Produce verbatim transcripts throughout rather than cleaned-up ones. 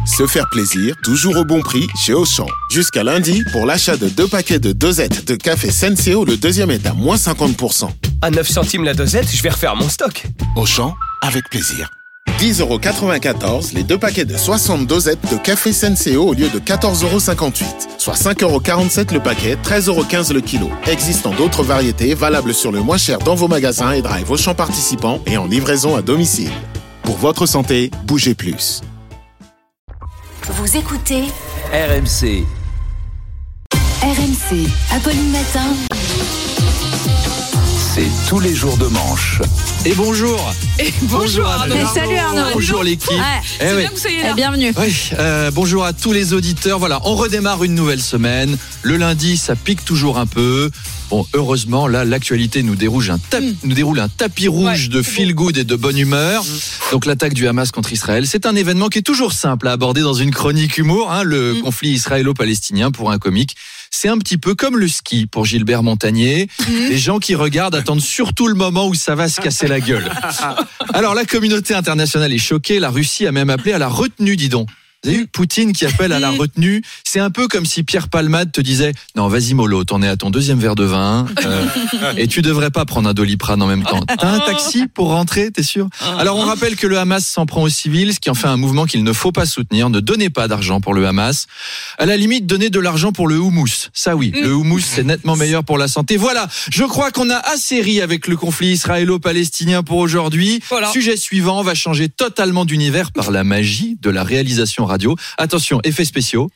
Se faire plaisir, toujours au bon prix chez Auchan. Jusqu'à lundi, pour l'achat de deux paquets de dosettes de café Senseo, le deuxième est à moins cinquante pour cent. À neuf centimes la dosette, je vais refaire mon stock. Auchan, avec plaisir. dix euros quatre-vingt-quatorze les deux paquets de soixante dosettes de café Senseo au lieu de quatorze euros cinquante-huit. Soit cinq euros quarante-sept le paquet, treize euros quinze le kilo. Existant d'autres variétés valables sur le moins cher dans vos magasins et drive Auchan participants et en livraison à domicile. Pour votre santé, bougez plus. Vous écoutez R M C. R M C, Apolline Matin. C'est tous les jours de manche. Et bonjour. Et bonjour Arnaud. Et salut Arnaud. Bonjour l'équipe. Ouais, eh c'est oui. bien que vous soyez là. Et bienvenue. Oui, euh, bonjour à tous les auditeurs. Voilà, on redémarre une nouvelle semaine. Le lundi, ça pique toujours un peu. Bon, heureusement, là, l'actualité nous déroule un, tap- mm. nous déroule un tapis rouge ouais, de feel good et de bonne humeur. Mm. Donc, l'attaque du Hamas contre Israël, c'est un événement qui est toujours simple à aborder dans une chronique humour. Hein, le mm. conflit israélo-palestinien pour un comique. C'est un petit peu comme le ski pour Gilbert Montagnier. Mmh. Les gens qui regardent attendent surtout le moment où ça va se casser la gueule. Alors la communauté internationale est choquée. La Russie a même appelé à la retenue, dis donc. Vous avez vu Poutine qui appelle à la retenue. C'est un peu comme si Pierre Palmade te disait « Non, vas-y mollo, t'en es à ton deuxième verre de vin euh, et tu devrais pas prendre un Doliprane en même temps. T'as un taxi pour rentrer, t'es sûr ?» Alors on rappelle que le Hamas s'en prend aux civils, ce qui en fait un mouvement qu'il ne faut pas soutenir. Ne donnez pas d'argent pour le Hamas. À la limite, donnez de l'argent pour le houmous. Ça oui, le houmous c'est nettement meilleur pour la santé. Voilà, je crois qu'on a assez ri avec le conflit israélo-palestinien pour aujourd'hui. Voilà. Sujet suivant, on va changer totalement d'univers par la magie de la réalisation radio. Attention, effets spéciaux.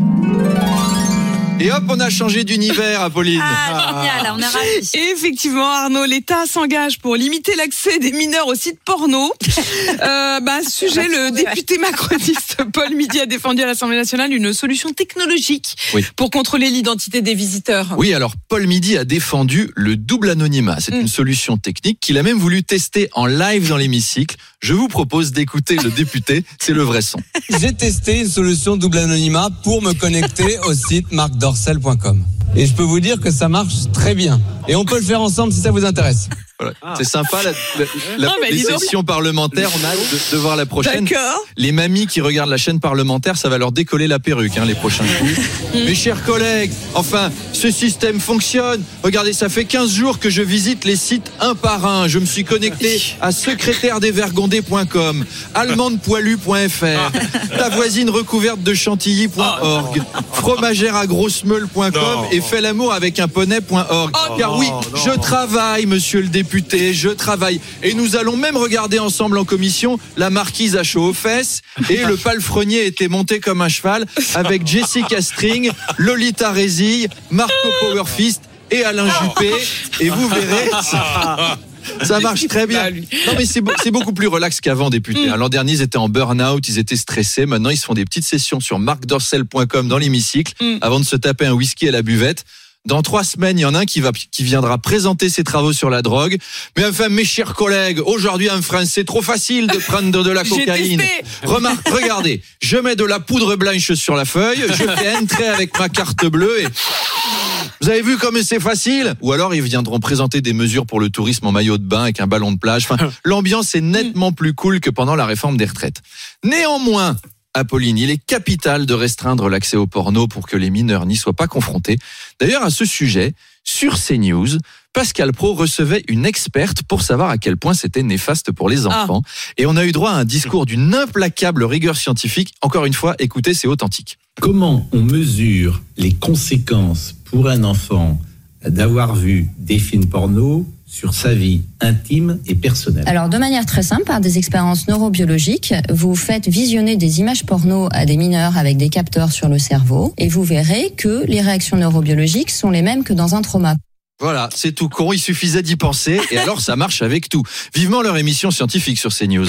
Et hop, on a changé d'univers, Apolline. Ah, génial, on est ravis. Et effectivement, Arnaud, l'État s'engage pour limiter l'accès des mineurs aux sites porno. Euh, bah, sujet, le député macroniste Paul Midi a défendu à l'Assemblée nationale une solution technologique oui. pour contrôler l'identité des visiteurs. Oui, alors Paul Midi a défendu le double anonymat. C'est mmh. une solution technique qu'il a même voulu tester en live dans l'hémicycle. Je vous propose d'écouter le député, c'est le vrai son. J'ai testé une solution double anonymat pour me connecter au site marc dorcel point com. Et je peux vous dire que ça marche très bien. Et on peut le faire ensemble si ça vous intéresse. Voilà. Ah. C'est sympa, la, la, la, ah, les sessions parlementaires, on a hâte de, de voir la prochaine. D'accord. Les mamies qui regardent la chaîne parlementaire, ça va leur décoller la perruque, hein, les prochains coups. Mes chers collègues, enfin, ce système fonctionne. Regardez, ça fait quinze jours que je visite les sites un par un. Je me suis connecté à secrétaire dévergondé point com, allemande poilue point f r, ta voisine recouverte de chantilly point org, fromagère à grosse meule point com et fais l'amour avec un poney point org. Oh, car oui, non, je travaille, monsieur le député. Je travaille. Et nous allons même regarder ensemble en commission La Marquise à chaud aux fesses et Le palefrenier était monté comme un cheval avec Jessica String, Lolita Rézille, Marco Powerfist et Alain Juppé. Et vous verrez, ça, ça marche très bien. Non mais c'est, c'est beaucoup plus relax qu'avant, député. L'an dernier, ils étaient en burn-out, ils étaient stressés. Maintenant, ils se font des petites sessions sur marc dorcel point com dans l'hémicycle avant de se taper un whisky à la buvette. Dans trois semaines, il y en a un qui va, qui viendra présenter ses travaux sur la drogue. Mais enfin, mes chers collègues, aujourd'hui en France, c'est trop facile de prendre de la cocaïne. Remarque, regardez, je mets de la poudre blanche sur la feuille, je fais entrer avec ma carte bleue et... Vous avez vu comme c'est facile? Ou alors ils viendront présenter des mesures pour le tourisme en maillot de bain avec un ballon de plage. Enfin, l'ambiance est nettement plus cool que pendant la réforme des retraites. Néanmoins, Apolline, il est capital de restreindre l'accès au porno pour que les mineurs n'y soient pas confrontés. D'ailleurs, à ce sujet, sur CNews, Pascal Praud recevait une experte pour savoir à quel point c'était néfaste pour les enfants. Ah. Et on a eu droit à un discours d'une implacable rigueur scientifique. Encore une fois, écoutez, c'est authentique. Comment on mesure les conséquences pour un enfant d'avoir vu des films porno sur sa vie intime et personnelle? Alors, de manière très simple, par des expériences neurobiologiques, vous faites visionner des images porno à des mineurs avec des capteurs sur le cerveau et vous verrez que les réactions neurobiologiques sont les mêmes que dans un trauma. Voilà, c'est tout con, il suffisait d'y penser et alors ça marche avec tout. Vivement leur émission scientifique sur CNews.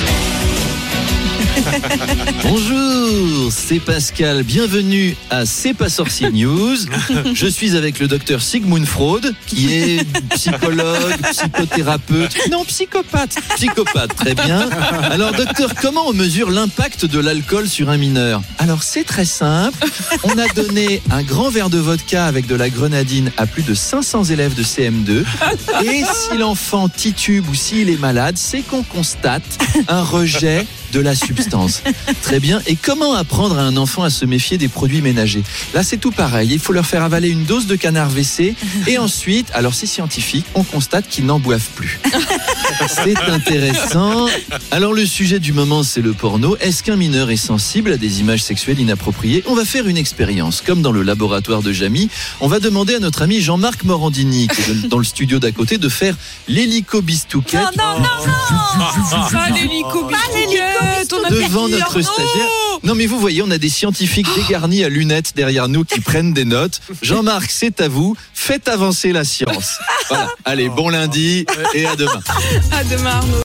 Bonjour, c'est Pascal, bienvenue à C'est pas sorcier News. Je suis avec le docteur Sigmund Freud, qui est psychologue, psychothérapeute, non psychopathe, psychopathe, très bien. Alors docteur, comment on mesure l'impact de l'alcool sur un mineur? Alors c'est très simple, on a donné un grand verre de vodka avec de la grenadine à plus de cinq cents élèves de C M deux et si l'enfant titube ou s'il est malade, c'est qu'on constate un rejet de la substance. Très bien. Et comment apprendre à un enfant à se méfier des produits ménagers? Là, c'est tout pareil. Il faut leur faire avaler une dose de canard W C et ensuite, alors c'est scientifique, on constate qu'ils n'en boivent plus. C'est intéressant. Alors le sujet du moment, c'est le porno. Est-ce qu'un mineur est sensible à des images sexuelles inappropriées? On va faire une expérience. Comme dans le laboratoire de Jamy, on va demander à notre ami Jean-Marc Morandini, qui est dans le studio d'à côté, de faire l'hélico-bistouquette. Non, non, non, non. Pas l'hélico-bistouquette. On a devant fait notre dire stagiaire. non. Non mais vous voyez, on a des scientifiques dégarnis à lunettes derrière nous qui prennent des notes. Jean-Marc, c'est à vous. Faites avancer la science. Voilà. Allez, bon lundi et à demain. À demain, Arnaud.